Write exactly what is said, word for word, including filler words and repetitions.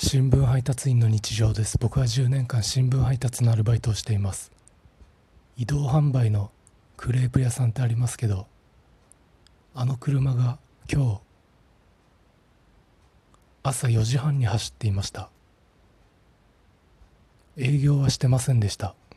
新聞配達員の日常です。僕はじゅうねんかん新聞配達のアルバイトをしています。移動販売のクレープ屋さんってありますけど、あの車が今日朝よじはんに走っていました。営業はしてませんでした。